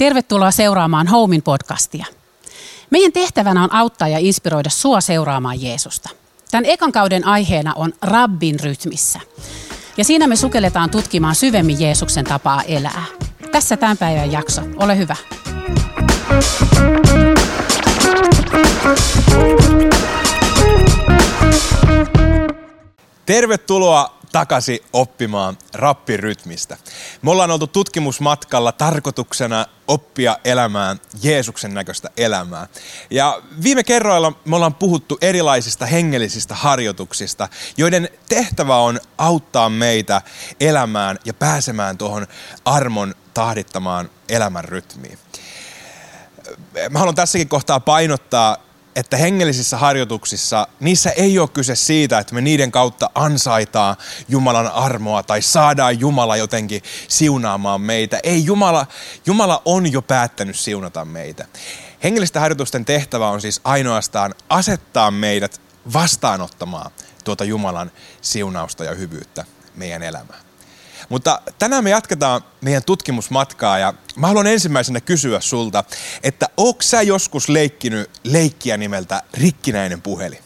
Tervetuloa seuraamaan Homin podcastia. Meidän tehtävänä on auttaa ja inspiroida sua seuraamaan Jeesusta. Tämän ekan kauden aiheena on Rabbin rytmissä. Ja siinä me sukelletaan tutkimaan syvemmin Jeesuksen tapaa elää. Tässä tämän päivän jakso. Ole hyvä. Tervetuloa takaisin oppimaan Rabbin rytmistä. Me ollaan oltu tutkimusmatkalla tarkoituksena oppia elämään Jeesuksen näköistä elämää. Ja viime kerroilla me ollaan puhuttu erilaisista hengellisistä harjoituksista, joiden tehtävä on auttaa meitä elämään ja pääsemään tuohon armon tahdittamaan elämän rytmiin. Mä haluan tässäkin kohtaa painottaa, että hengellisissä harjoituksissa, niissä ei ole kyse siitä, että me niiden kautta ansaitaan Jumalan armoa tai saadaan Jumala jotenkin siunaamaan meitä. Ei, Jumala on jo päättänyt siunata meitä. Hengellisten harjoitusten tehtävä on siis ainoastaan asettaa meidät vastaanottamaan tuota Jumalan siunausta ja hyvyyttä meidän elämään. Mutta tänään me jatketaan meidän tutkimusmatkaa ja mä haluan ensimmäisenä kysyä sulta, että ootko sä joskus leikkinyt leikkiä nimeltä rikkinäinen puhelin?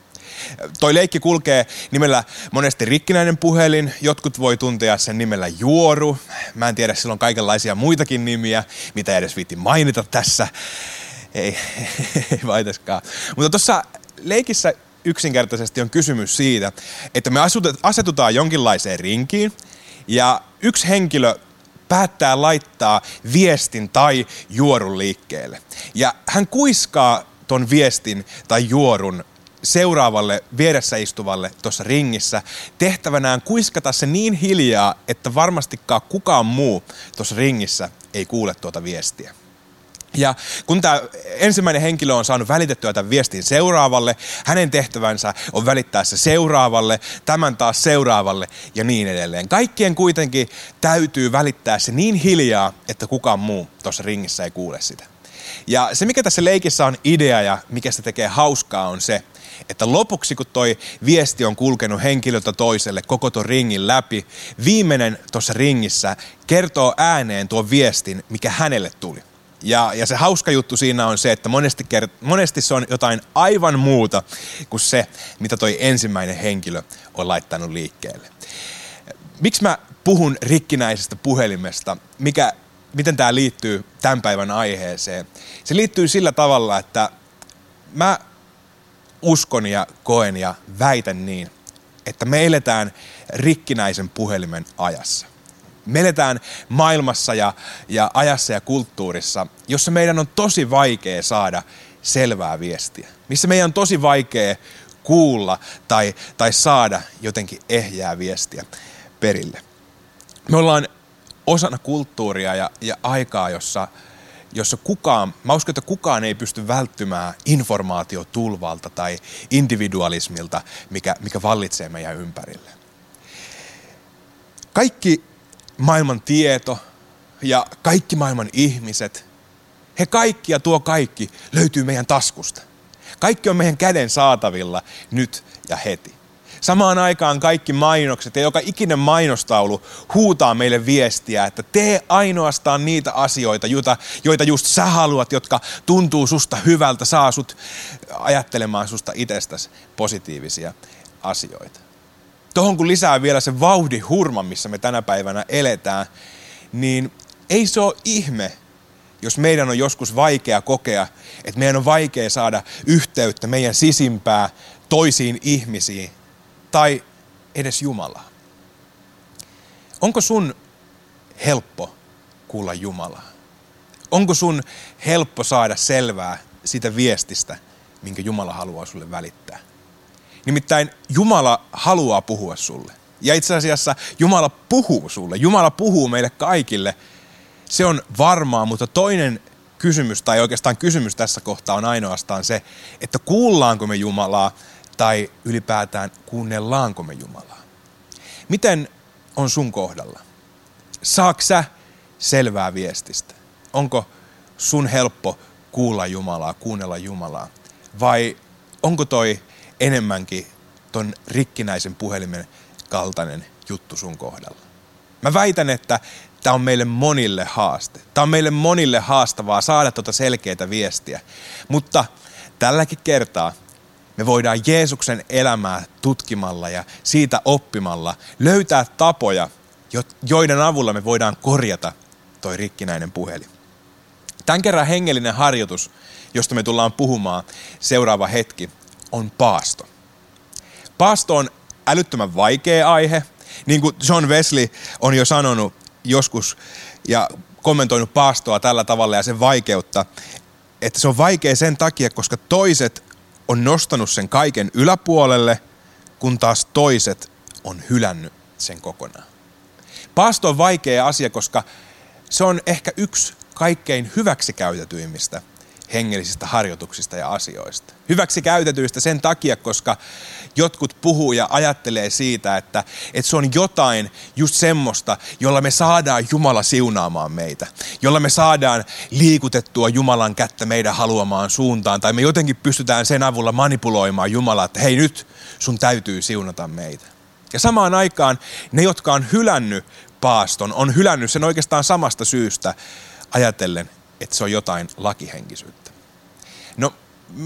Toi leikki kulkee nimellä monesti rikkinäinen puhelin, jotkut voi tuntea sen nimellä juoru. Mä en tiedä, sillä on kaikenlaisia muitakin nimiä, mitä edes viitin mainita tässä. Ei vaitaskaan. Mutta tuossa leikissä yksinkertaisesti on kysymys siitä, että me asetutaan jonkinlaiseen rinkiin, ja yksi henkilö päättää laittaa viestin tai juorun liikkeelle. Ja hän kuiskaa ton viestin tai juorun seuraavalle vieressä istuvalle tuossa ringissä. Tehtävänään kuiskata se niin hiljaa, että varmastikaan kukaan muu tuossa ringissä ei kuule tuota viestiä. Ja kun tämä ensimmäinen henkilö on saanut välitettyä tämän viestin seuraavalle, hänen tehtävänsä on välittää se seuraavalle, tämän taas seuraavalle ja niin edelleen. Kaikkien kuitenkin täytyy välittää se niin hiljaa, että kukaan muu tuossa ringissä ei kuule sitä. Ja se, mikä tässä leikissä on idea ja mikä se tekee hauskaa, on se, että lopuksi kun toi viesti on kulkenut henkilöltä toiselle koko ton ringin läpi, viimeinen tuossa ringissä kertoo ääneen tuon viestin, mikä hänelle tuli. Ja se hauska juttu siinä on se, että monesti se on jotain aivan muuta kuin se, mitä toi ensimmäinen henkilö on laittanut liikkeelle. Miksi mä puhun rikkinäisestä puhelimesta? Miten tämä liittyy tämän päivän aiheeseen? Se liittyy sillä tavalla, että mä uskon ja koen ja väitän niin, että me eletään rikkinäisen puhelimen ajassa. Me eletään maailmassa ja ajassa ja kulttuurissa, jossa meidän on tosi vaikea saada selvää viestiä. Missä meidän on tosi vaikea kuulla tai saada jotenkin ehjää viestiä perille. Me ollaan osana kulttuuria ja aikaa, jossa mä uskon, että kukaan ei pysty välttymään informaatiotulvalta tai individualismilta, mikä vallitsee meidän ympärille. Kaikki maailman tieto ja kaikki maailman ihmiset, he kaikki ja tuo kaikki löytyy meidän taskusta. Kaikki on meidän käden saatavilla nyt ja heti. Samaan aikaan kaikki mainokset ja joka ikinen mainostaulu huutaa meille viestiä, että tee ainoastaan niitä asioita, joita just sä haluat, jotka tuntuu susta hyvältä, saa sut ajattelemaan susta itsestäsi positiivisia asioita. Tuohon kun lisää vielä se vauhdihurma, missä me tänä päivänä eletään, niin ei se ole ihme, jos meidän on joskus vaikea kokea, että meidän on vaikea saada yhteyttä meidän sisimpää toisiin ihmisiin tai edes Jumalaa. Onko sun helppo kuulla Jumalaa? Onko sun helppo saada selvää siitä viestistä, minkä Jumala haluaa sulle välittää? Nimittäin Jumala haluaa puhua sulle. Ja itse asiassa Jumala puhuu sulle. Jumala puhuu meille kaikille. Se on varmaa, mutta toinen kysymys tai oikeastaan kysymys tässä kohtaa on ainoastaan se, että kuullaanko me Jumalaa tai ylipäätään kuunnellaanko me Jumalaa. Miten on sun kohdalla? Saatko sä selvää viestistä? Onko sun helppo kuulla Jumalaa, kuunnella Jumalaa? Vai onko toi enemmänkin ton rikkinäisen puhelimen kaltainen juttu sun kohdalla? Mä väitän, että tämä on meille monille haaste. Tämä on meille monille haastavaa saada tuota selkeää viestiä. Mutta tälläkin kertaa me voidaan Jeesuksen elämää tutkimalla ja siitä oppimalla löytää tapoja, joiden avulla me voidaan korjata toi rikkinäinen puhelin. Tämän kerran hengellinen harjoitus, josta me tullaan puhumaan seuraava hetki, on paasto. Paasto on älyttömän vaikea aihe, niin kuin John Wesley on jo sanonut joskus ja kommentoinut paastoa tällä tavalla ja sen vaikeutta, että se on vaikea sen takia, koska toiset on nostanut sen kaiken yläpuolelle, kun taas toiset on hylännyt sen kokonaan. Paasto on vaikea asia, koska se on ehkä yksi kaikkein hyväksikäytetyimmistä hengellisistä harjoituksista ja asioista. Hyväksikäytetyistä sen takia, koska jotkut puhuu ja ajattelee siitä, että se on jotain just semmoista, jolla me saadaan Jumala siunaamaan meitä. Jolla me saadaan liikutettua Jumalan kättä meidän haluamaan suuntaan. Tai me jotenkin pystytään sen avulla manipuloimaan Jumalaa, että hei nyt sun täytyy siunata meitä. Ja samaan aikaan ne, jotka on hylännyt paaston, on hylännyt sen oikeastaan samasta syystä ajatellen, että se on jotain lakihenkisyyttä. No,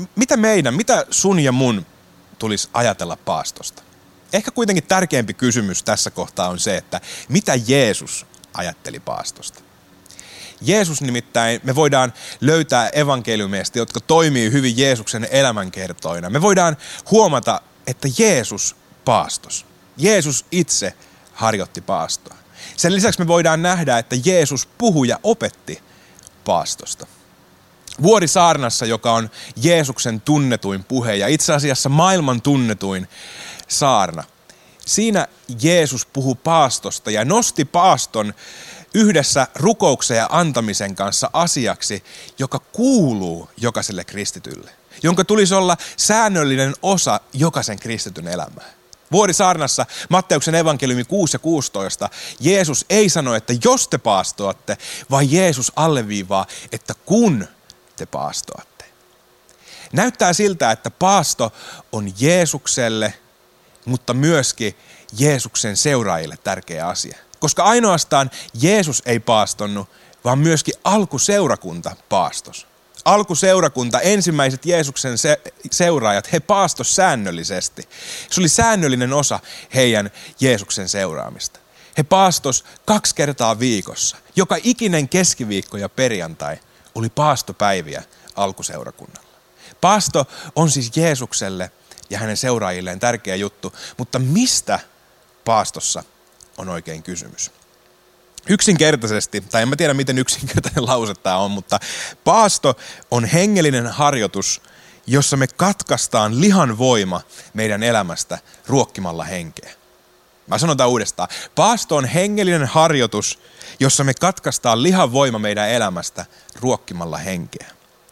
mitä sun ja mun tulisi ajatella paastosta? Ehkä kuitenkin tärkeämpi kysymys tässä kohtaa on se, että mitä Jeesus ajatteli paastosta? Jeesus nimittäin, me voidaan löytää evankeliumeista, jotka toimii hyvin Jeesuksen elämänkertoina. Me voidaan huomata, että Jeesus paastos. Jeesus itse harjoitti paastoa. Sen lisäksi me voidaan nähdä, että Jeesus puhui ja opetti paastosta. Vuorisaarnassa, joka on Jeesuksen tunnetuin puhe ja itse asiassa maailman tunnetuin saarna. Siinä Jeesus puhui paastosta ja nosti paaston yhdessä rukouksen ja antamisen kanssa asiaksi, joka kuuluu jokaiselle kristitylle, jonka tulisi olla säännöllinen osa jokaisen kristityn elämää. Vuorisaarnassa Matteuksen evankeliumi 6 ja 16 Jeesus ei sano, että jos te paastoatte, vaan Jeesus alleviivaa, että kun te paastoatte. Näyttää siltä, että paasto on Jeesukselle, mutta myöskin Jeesuksen seuraajille tärkeä asia. Koska ainoastaan Jeesus ei paastonnut, vaan myöskin alkuseurakunta paastos. Alkuseurakunta, ensimmäiset Jeesuksen seuraajat, he paastos säännöllisesti. Se oli säännöllinen osa heidän Jeesuksen seuraamista. He paastos 2 kertaa viikossa. Joka ikinen keskiviikko ja perjantai oli paastopäiviä alkuseurakunnalla. Paasto on siis Jeesukselle ja hänen seuraajilleen tärkeä juttu, mutta mistä paastossa on oikein kysymys? Yksinkertaisesti, tai en mä tiedä miten yksinkertainen lause tämä on, mutta paasto on hengellinen harjoitus, jossa me katkaistaan lihan voima meidän elämästä ruokkimalla henkeä. Mä sanotaan uudestaan. Paasto on hengellinen harjoitus, jossa me katkaistaan lihan voima meidän elämästä ruokkimalla henkeä.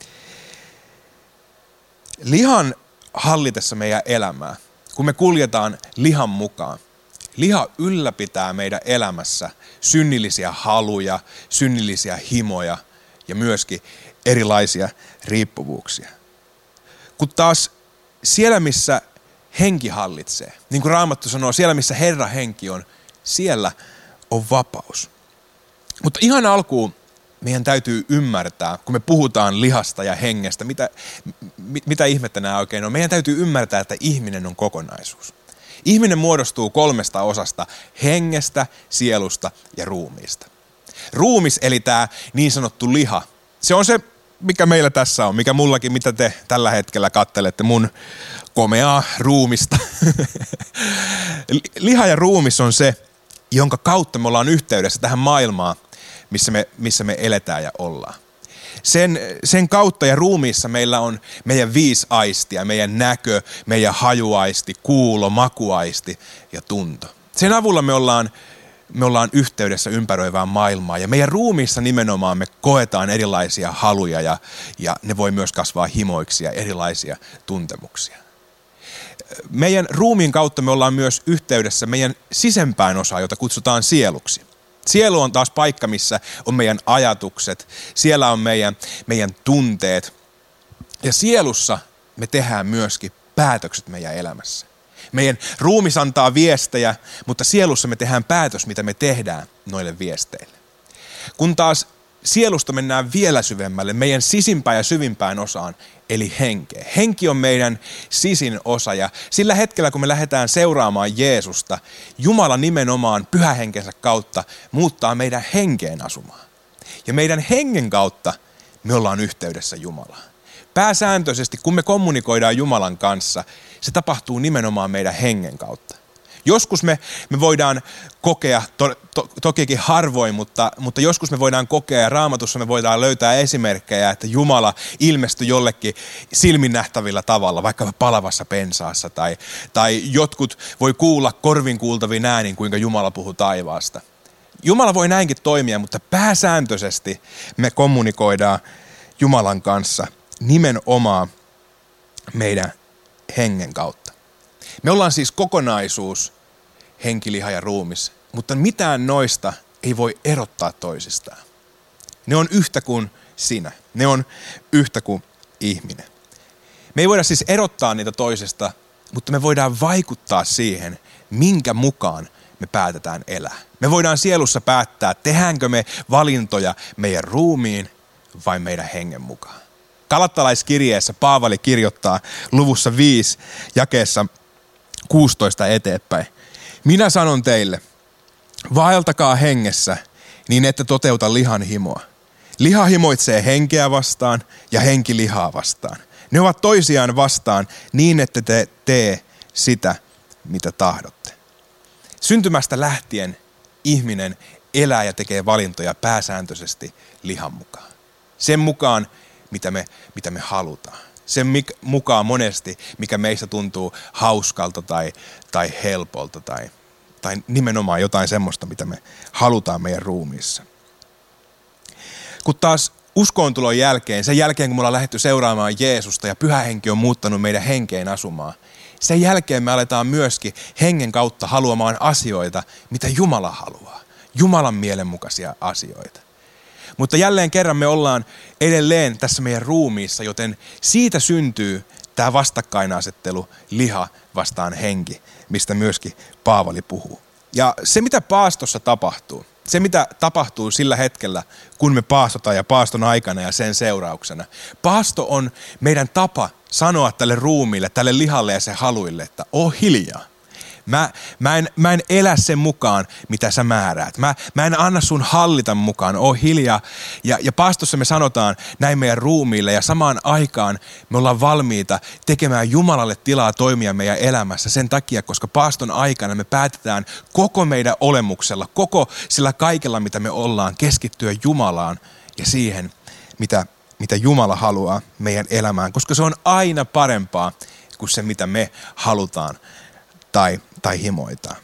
Lihan hallitessa meidän elämää, kun me kuljetaan lihan mukaan, liha ylläpitää meidän elämässä synnillisiä haluja, synnillisiä himoja ja myöskin erilaisia riippuvuuksia. Kun taas siellä, missä henki hallitsee, niin kuin Raamattu sanoo, siellä missä Herran henki on, siellä on vapaus. Mutta ihan alkuun meidän täytyy ymmärtää, kun me puhutaan lihasta ja hengestä, mitä ihmettä nämä oikein on. Meidän täytyy ymmärtää, että ihminen on kokonaisuus. Ihminen muodostuu 3 osasta, hengestä, sielusta ja ruumiista. Ruumis eli tämä niin sanottu liha. Se on se, mikä meillä tässä on, mikä mullakin, mitä te tällä hetkellä kattelette mun komeaa ruumista. Liha ja ruumis on se, jonka kautta me ollaan yhteydessä tähän maailmaan, missä me eletään ja ollaan. Sen kautta ja ruumiissa meillä on meidän 5 aistia, meidän näkö, meidän hajuaisti, kuulo, makuaisti ja tunto. Sen avulla me ollaan yhteydessä ympäröivään maailmaan ja meidän ruumiissa nimenomaan me koetaan erilaisia haluja ja ne voi myös kasvaa himoiksi ja erilaisia tuntemuksia. Meidän ruumiin kautta me ollaan myös yhteydessä meidän sisempään osaan, jota kutsutaan sieluksi. Sielu on taas paikka, missä on meidän ajatukset, siellä on meidän tunteet ja sielussa me tehdään myöskin päätökset meidän elämässä. Meidän ruumis antaa viestejä, mutta sielussa me tehdään päätös, mitä me tehdään noille viesteille. Kun taas sielusta mennään vielä syvemmälle, meidän sisimpään ja syvimpään osaan, eli henkeä. Henki on meidän sisin osa ja sillä hetkellä, kun me lähdetään seuraamaan Jeesusta, Jumala nimenomaan pyhähenkensä kautta muuttaa meidän henkeen asumaan. Ja meidän hengen kautta me ollaan yhteydessä Jumalaan. Pääsääntöisesti, kun me kommunikoidaan Jumalan kanssa, se tapahtuu nimenomaan meidän hengen kautta. Joskus me voidaan kokea, tokikin harvoin, mutta joskus me voidaan kokea ja Raamatussa me voidaan löytää esimerkkejä, että Jumala ilmestyi jollekin silminnähtävillä tavalla, vaikka palavassa pensaassa tai jotkut voi kuulla korvin kuultavin äänin, kuinka Jumala puhuu taivaasta. Jumala voi näinkin toimia, mutta pääsääntöisesti me kommunikoidaan Jumalan kanssa nimenomaan meidän hengen kautta. Me ollaan siis kokonaisuus, henki, liha ja ruumis, mutta mitään noista ei voi erottaa toisistaan. Ne on yhtä kuin sinä. Ne on yhtä kuin ihminen. Me ei voida siis erottaa niitä toisesta, mutta me voidaan vaikuttaa siihen, minkä mukaan me päätetään elää. Me voidaan sielussa päättää, tehdäänkö me valintoja meidän ruumiin vai meidän hengen mukaan. Galattalaiskirjeessä Paavali kirjoittaa luvussa 5 jakeessa 16 eteenpäin. Minä sanon teille, vaeltakaa hengessä, niin ette toteuta lihan himoa. Liha himoitsee henkeä vastaan ja henki lihaa vastaan. Ne ovat toisiaan vastaan niin, että te tee sitä, mitä tahdotte. Syntymästä lähtien ihminen elää ja tekee valintoja pääsääntöisesti lihan mukaan. Sen mukaan, mitä me halutaan. Sen mukaan monesti, mikä meistä tuntuu hauskalta tai helpolta tai nimenomaan jotain semmoista, mitä me halutaan meidän ruumiissa. Kun taas uskoontulon jälkeen, sen jälkeen kun me ollaan lähdetty seuraamaan Jeesusta ja Pyhä Henki on muuttanut meidän henkeen asumaan, sen jälkeen me aletaan myöskin hengen kautta haluamaan asioita, mitä Jumala haluaa. Jumalan mielenmukaisia asioita. Mutta jälleen kerran me ollaan edelleen tässä meidän ruumiissa, joten siitä syntyy tämä vastakkainasettelu liha vastaan henki, mistä myöskin Paavali puhuu. Ja se mitä paastossa tapahtuu, se mitä tapahtuu sillä hetkellä, kun me paastotaan ja paaston aikana ja sen seurauksena. Paasto on meidän tapa sanoa tälle ruumiille, tälle lihalle ja sen haluille, että oo hiljaa. Mä en elä sen mukaan, mitä sä määräät. Mä en anna sun hallita mukaan, oo hiljaa. Ja paastossa me sanotaan näin meidän ruumiille ja samaan aikaan me ollaan valmiita tekemään Jumalalle tilaa toimia meidän elämässä sen takia, koska paaston aikana me päätetään koko meidän olemuksella, koko sillä kaikella, mitä me ollaan, keskittyä Jumalaan ja siihen, mitä Jumala haluaa meidän elämään, koska se on aina parempaa kuin se, mitä me halutaan tai himoitaan.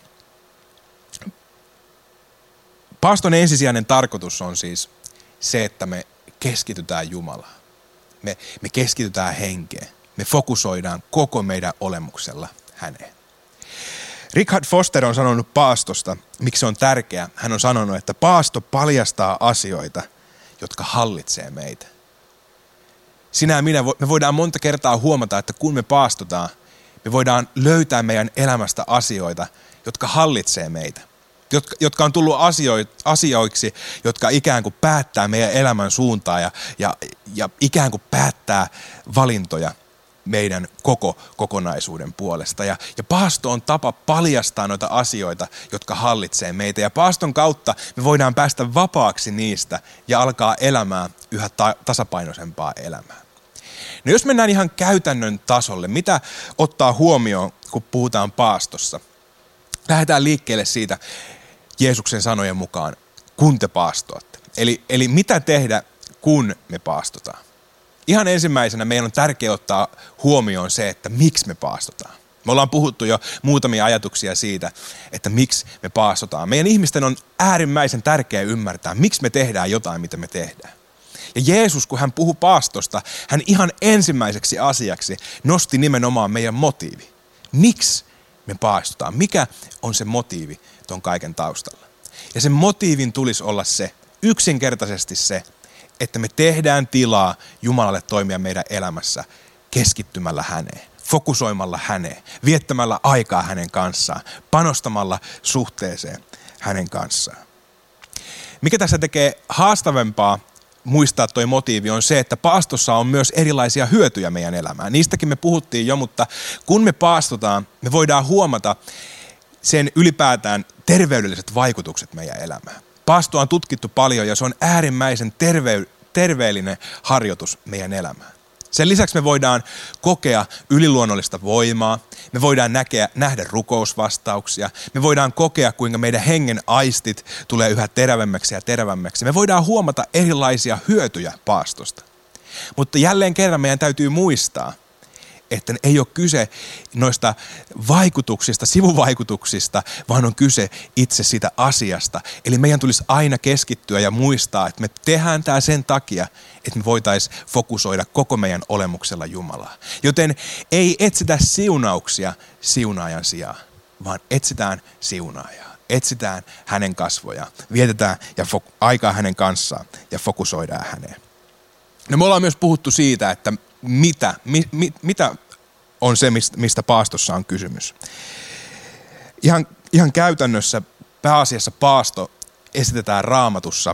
Paaston ensisijainen tarkoitus on siis se, että me keskitytään Jumalaan. Me keskitytään henkeen. Me fokusoidaan koko meidän olemuksella häneen. Richard Foster on sanonut paastosta, miksi se on tärkeä. Hän on sanonut, että paasto paljastaa asioita, jotka hallitsee meitä. Sinä ja minä, me voidaan monta kertaa huomata, että kun me paastotaan, me voidaan löytää meidän elämästä asioita, jotka hallitsee meitä. Jotka on tullut asioiksi, jotka ikään kuin päättää meidän elämän suuntaa ja ikään kuin päättää valintoja meidän koko kokonaisuuden puolesta. Ja paasto on tapa paljastaa noita asioita, jotka hallitsee meitä. Ja paaston kautta me voidaan päästä vapaaksi niistä ja alkaa elämään yhä tasapainoisempaa elämää. No jos mennään ihan käytännön tasolle, mitä ottaa huomioon, kun puhutaan paastossa? Lähdetään liikkeelle siitä Jeesuksen sanojen mukaan, kun te paastoatte. Eli mitä tehdä, kun me paastotaan? Ihan ensimmäisenä meidän on tärkeää ottaa huomioon se, että miksi me paastotaan. Me ollaan puhuttu jo muutamia ajatuksia siitä, että miksi me paastotaan. Meidän ihmisten on äärimmäisen tärkeää ymmärtää, miksi me tehdään jotain, mitä me tehdään. Ja Jeesus, kun hän puhui paastosta, hän ihan ensimmäiseksi asiaksi nosti nimenomaan meidän motiivi. Miksi me paastotaan? Mikä on se motiivi ton kaiken taustalla? Ja sen motiivin tulisi olla se, yksinkertaisesti se, että me tehdään tilaa Jumalalle toimia meidän elämässä keskittymällä häneen, fokusoimalla häneen, viettämällä aikaa hänen kanssaan, panostamalla suhteeseen hänen kanssaan. mikä tässä tekee haastavempaa muistaa toi motiivi on se, että paastossa on myös erilaisia hyötyjä meidän elämään. Niistäkin me puhuttiin jo, mutta kun me paastotaan, me voidaan huomata sen ylipäätään terveydelliset vaikutukset meidän elämään. Paastoa on tutkittu paljon ja se on äärimmäisen terveellinen harjoitus meidän elämään. Sen lisäksi me voidaan kokea yliluonnollista voimaa, me voidaan nähdä rukousvastauksia, me voidaan kokea, kuinka meidän hengen aistit tulee yhä terävämmäksi ja terävämmäksi. Me voidaan huomata erilaisia hyötyjä paastosta. Mutta jälleen kerran meidän täytyy muistaa, että ei ole kyse noista vaikutuksista, sivuvaikutuksista, vaan on kyse itse sitä asiasta. Eli meidän tulisi aina keskittyä ja muistaa, että me tehdään tämä sen takia, että me voitaisiin fokusoida koko meidän olemuksella Jumalaa. Joten ei etsitä siunauksia siunaajan sijaan, vaan etsitään siunaajaa. Etsitään hänen kasvojaan, vietetään aikaa hänen kanssaan ja fokusoidaan häneen. No me ollaan myös puhuttu siitä, että mitä on se, mistä paastossa on kysymys. Ihan käytännössä pääasiassa paasto esitetään Raamatussa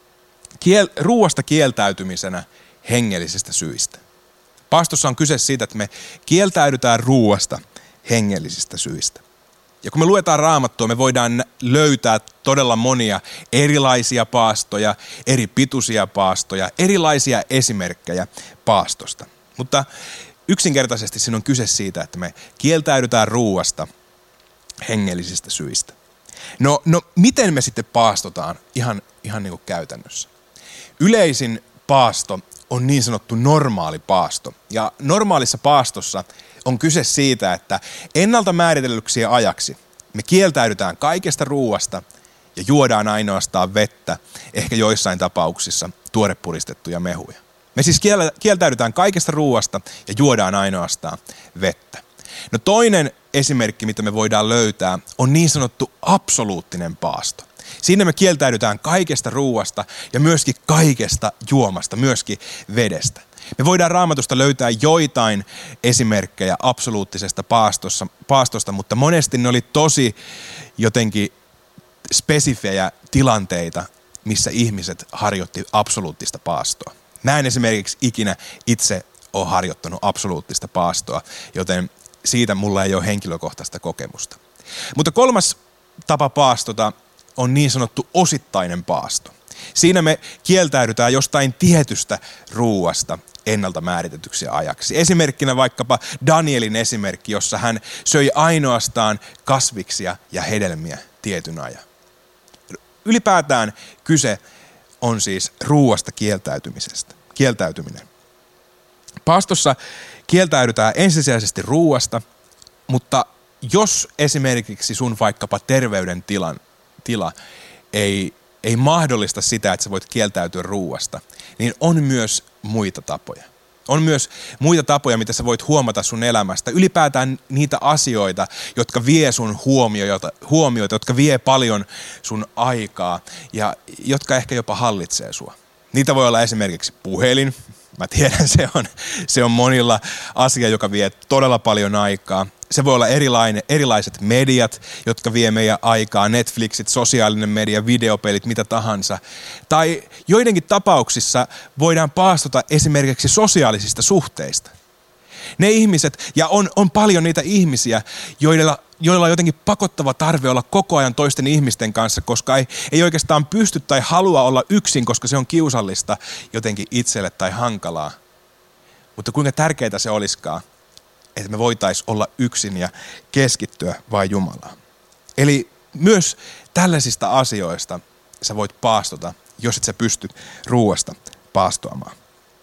ruuasta kieltäytymisenä hengellisistä syistä. Paastossa on kyse siitä, että me kieltäydytään ruuasta hengellisistä syistä. Ja kun me luetaan Raamattua, me voidaan löytää todella monia erilaisia paastoja, eri pituisia paastoja, erilaisia esimerkkejä paastosta. Mutta yksinkertaisesti siinä on kyse siitä, että me kieltäydytään ruuasta hengellisistä syistä. No miten me sitten paastotaan ihan niin kuin käytännössä? Yleisin paasto on niin sanottu normaali paasto. Ja normaalissa paastossa on kyse siitä, että ennalta määritellyksi ajaksi me kieltäydytään kaikesta ruuasta ja juodaan ainoastaan vettä, ehkä joissain tapauksissa tuorepuristettuja mehuja. Me siis kieltäydytään kaikesta ruuasta ja juodaan ainoastaan vettä. No toinen esimerkki, mitä me voidaan löytää, on niin sanottu absoluuttinen paasto. Siinä me kieltäydytään kaikesta ruuasta ja myöskin kaikesta juomasta, myöskin vedestä. Me voidaan Raamatusta löytää joitain esimerkkejä absoluuttisesta paastosta, mutta monesti ne oli tosi jotenkin spesifejä tilanteita, missä ihmiset harjoitti absoluuttista paastoa. Mä en esimerkiksi ikinä itse ole harjoittanut absoluuttista paastoa, joten siitä mulla ei ole henkilökohtaista kokemusta. Mutta kolmas tapa paastota on niin sanottu osittainen paasto. Siinä me kieltäydytään jostain tietystä ruuasta ennalta määritetyksi ajaksi. Esimerkkinä vaikkapa Danielin esimerkki, jossa hän söi ainoastaan kasviksia ja hedelmiä tietyn ajan. Ylipäätään kyse on siis ruuasta kieltäytyminen. Paastossa kieltäydytään ensisijaisesti ruuasta, mutta jos esimerkiksi sun vaikkapa terveydentila ei mahdollista sitä, että sä voit kieltäytyä ruuasta, niin on myös muita tapoja. On myös muita tapoja, mitä sä voit huomata sun elämästä. Ylipäätään niitä asioita, jotka vie sun huomioita, jotka vie paljon sun aikaa ja jotka ehkä jopa hallitsee sua. Niitä voi olla esimerkiksi puhelin. Mä tiedän, se on monilla asia, joka vie todella paljon aikaa. Se voi olla erilaiset mediat, jotka vie meidän aikaa, Netflixit, sosiaalinen media, videopelit, mitä tahansa. Tai joidenkin tapauksissa voidaan paastota esimerkiksi sosiaalisista suhteista. Ne ihmiset, ja on paljon niitä ihmisiä, joilla on jotenkin pakottava tarve olla koko ajan toisten ihmisten kanssa, koska ei oikeastaan pysty tai halua olla yksin, koska se on kiusallista jotenkin itselle tai hankalaa. Mutta kuinka tärkeää se olisikaan, että me voitaisiin olla yksin ja keskittyä vain Jumalaan. Eli myös tällaisista asioista sä voit paastota, jos et sä pysty ruuasta paastoamaan.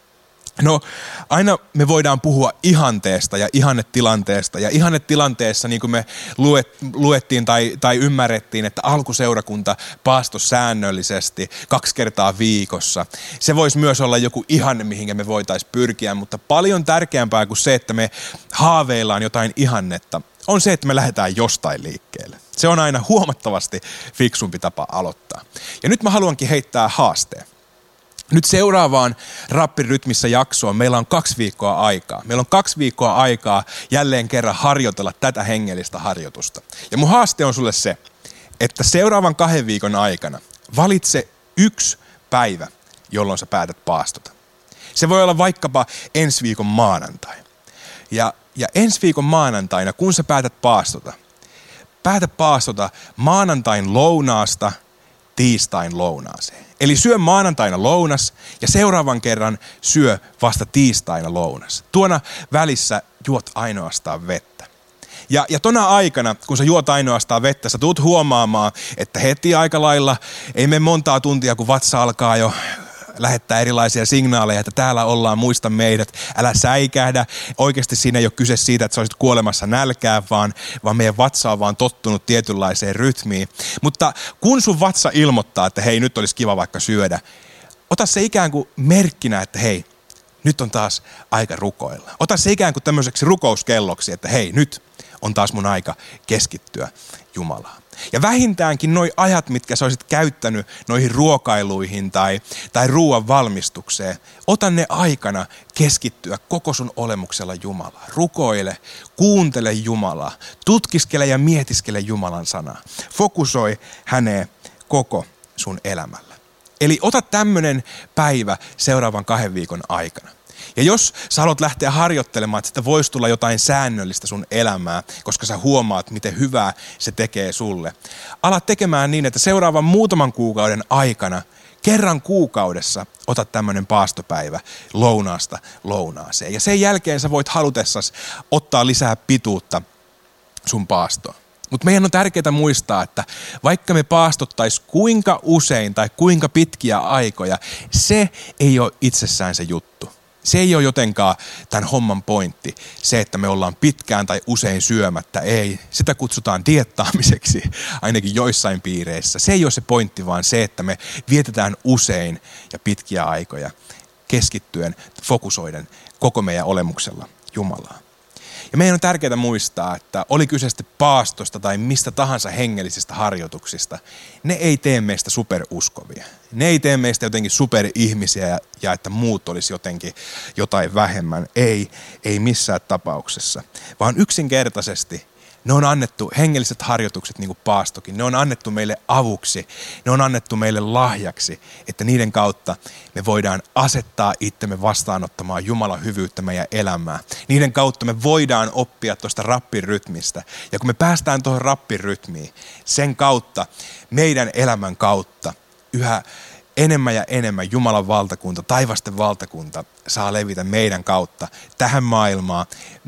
No aina me voidaan puhua ihanteesta ja ihannetilanteesta. Ja ihannetilanteessa, niin kuin me luettiin tai ymmärrettiin, että alkuseurakunta paasto säännöllisesti 2 kertaa viikossa. Se voisi myös olla joku ihanne, mihin me voitaisiin pyrkiä, mutta paljon tärkeämpää kuin se, että me haaveillaan jotain ihannetta, on se, että me lähdetään jostain liikkeelle. Se on aina huomattavasti fiksumpi tapa aloittaa. Ja nyt mä haluankin heittää haasteen. Nyt seuraavaan Rappin rytmissä jaksoon meillä on 2 viikkoa aikaa. Meillä on 2 viikkoa aikaa jälleen kerran harjoitella tätä hengellistä harjoitusta. Ja mun haaste on sulle se, että seuraavan 2 viikon aikana valitse yksi päivä, jolloin sä päätät paastota. Se voi olla vaikkapa ensi viikon maanantai. Ja ensi viikon maanantaina, kun sä päätä paastota maanantain lounaasta tiistain lounaaseen. Eli syö maanantaina lounas ja seuraavan kerran syö vasta tiistaina lounas. Tuona välissä juot ainoastaan vettä. Ja tona aikana, kun sä juot ainoastaan vettä, sä tulet huomaamaan, että heti aika lailla ei mene montaa tuntia, kun vatsa alkaa jo lähettää erilaisia signaaleja, että täällä ollaan, muista meidät, älä säikähdä. Oikeasti siinä ei ole kyse siitä, että sä olisit kuolemassa nälkään, vaan meidän vatsa on vaan tottunut tietynlaiseen rytmiin. Mutta kun sun vatsa ilmoittaa, että hei, nyt olisi kiva vaikka syödä, ota se ikään kuin merkkinä, että hei, nyt on taas aika rukoilla. Ota se ikään kuin tämmöiseksi rukouskelloksi, että hei, nyt on taas mun aika keskittyä Jumalaan. Ja vähintäänkin noi ajat, mitkä sä olisit käyttänyt noihin ruokailuihin tai ruoan valmistukseen, ota ne aikana keskittyä koko sun olemuksella Jumalaa. Rukoile, kuuntele Jumalaa, tutkiskele ja mietiskele Jumalan sanaa. Fokusoi häneen koko sun elämällä. Eli ota tämmönen päivä seuraavan 2 viikon aikana. Ja jos sä haluat lähteä harjoittelemaan, että sitä voisi tulla jotain säännöllistä sun elämää, koska sä huomaat, miten hyvää se tekee sulle. Ala tekemään niin, että seuraavan muutaman kuukauden aikana, kerran kuukaudessa, otat tämmöinen paastopäivä lounaasta lounaaseen. Ja sen jälkeen sä voit halutessasi ottaa lisää pituutta sun paastoon. Mutta meidän on tärkeää muistaa, että vaikka me paastottaisiin kuinka usein tai kuinka pitkiä aikoja, se ei ole itsessään se juttu. Se ei ole jotenkaan tämän homman pointti, se, että me ollaan pitkään tai usein syömättä. Ei, sitä kutsutaan dieettaamiseksi, ainakin joissain piireissä. Se ei ole se pointti, vaan se, että me vietetään usein ja pitkiä aikoja keskittyen, fokusoiden koko meidän olemuksella Jumalaa. Ja meidän on tärkeää muistaa, että oli kyse sitten paastosta tai mistä tahansa hengellisistä harjoituksista, ne ei tee meistä superuskovia. Ne ei tee meistä jotenkin superihmisiä ja että muut olisi jotenkin jotain vähemmän. Ei missään tapauksessa, vaan yksinkertaisesti ne on annettu, hengelliset harjoitukset niin kuin paastokin, ne on annettu meille avuksi, ne on annettu meille lahjaksi, että niiden kautta me voidaan asettaa itsemme vastaanottamaan Jumalan hyvyyttä meidän elämään. Niiden kautta me voidaan oppia tuosta rappin-rytmistä. Ja kun me päästään tuohon rappin-rytmiin, sen kautta, meidän elämän kautta, yhä enemmän ja enemmän Jumalan valtakunta, taivasten valtakunta saa levitä meidän kautta tähän maailmaan,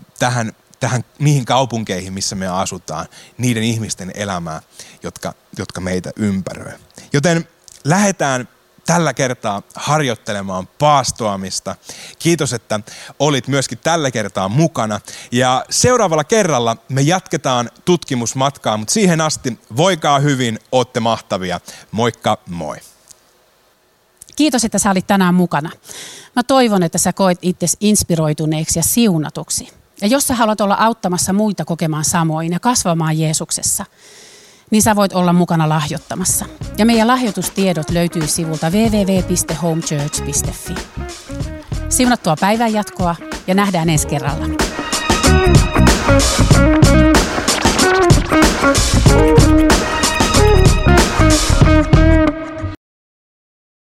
niihin kaupunkeihin, missä me asutaan, niiden ihmisten elämää, jotka meitä ympäröi. Joten lähdetään tällä kertaa harjoittelemaan paastoamista. Kiitos, että olit myöskin tällä kertaa mukana. Ja seuraavalla kerralla me jatketaan tutkimusmatkaa, mutta siihen asti voikaa hyvin, ootte mahtavia. Moikka moi! Kiitos, että sä olit tänään mukana. Mä toivon, että sä koet itsesi inspiroituneeksi ja siunatuksi. Ja jos sä haluat olla auttamassa muita kokemaan samoin ja kasvamaan Jeesuksessa, niin sä voit olla mukana lahjoittamassa. Ja meidän lahjoitustiedot löytyy sivulta www.homechurch.fi. Siunattua päivän jatkoa ja nähdään ensi kerralla.